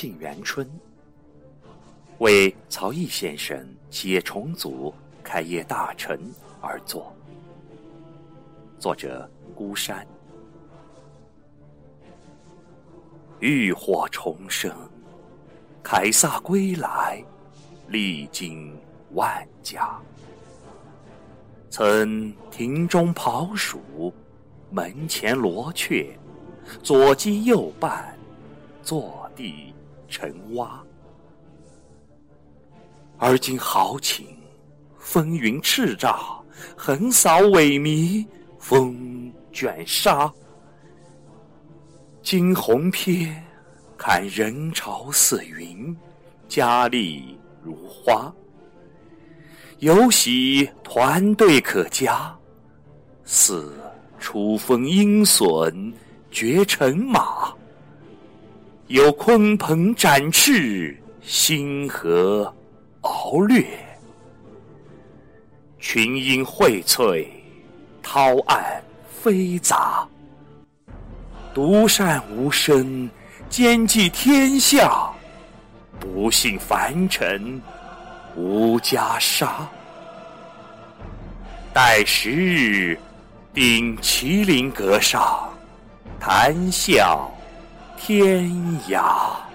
晋元春，为曹毅先生企业重组开业大成而作。作者孤山。浴火重生，凯撒归来，历经万家。曾庭中庖鼠，门前罗雀，左鸡右伴，坐地成蛙。而今豪情，风云叱咤，横扫萎靡，风卷沙。惊鸿瞥，看人潮似云，佳丽如花。有喜团队可嘉，似初风鹰隼绝尘马。有鲲鹏展翅，星河鳌掠。群英荟萃，涛岸飞杂。独善无声，兼济天下。不幸凡尘，无袈裟。待时日，定麒麟阁上，谈笑天涯。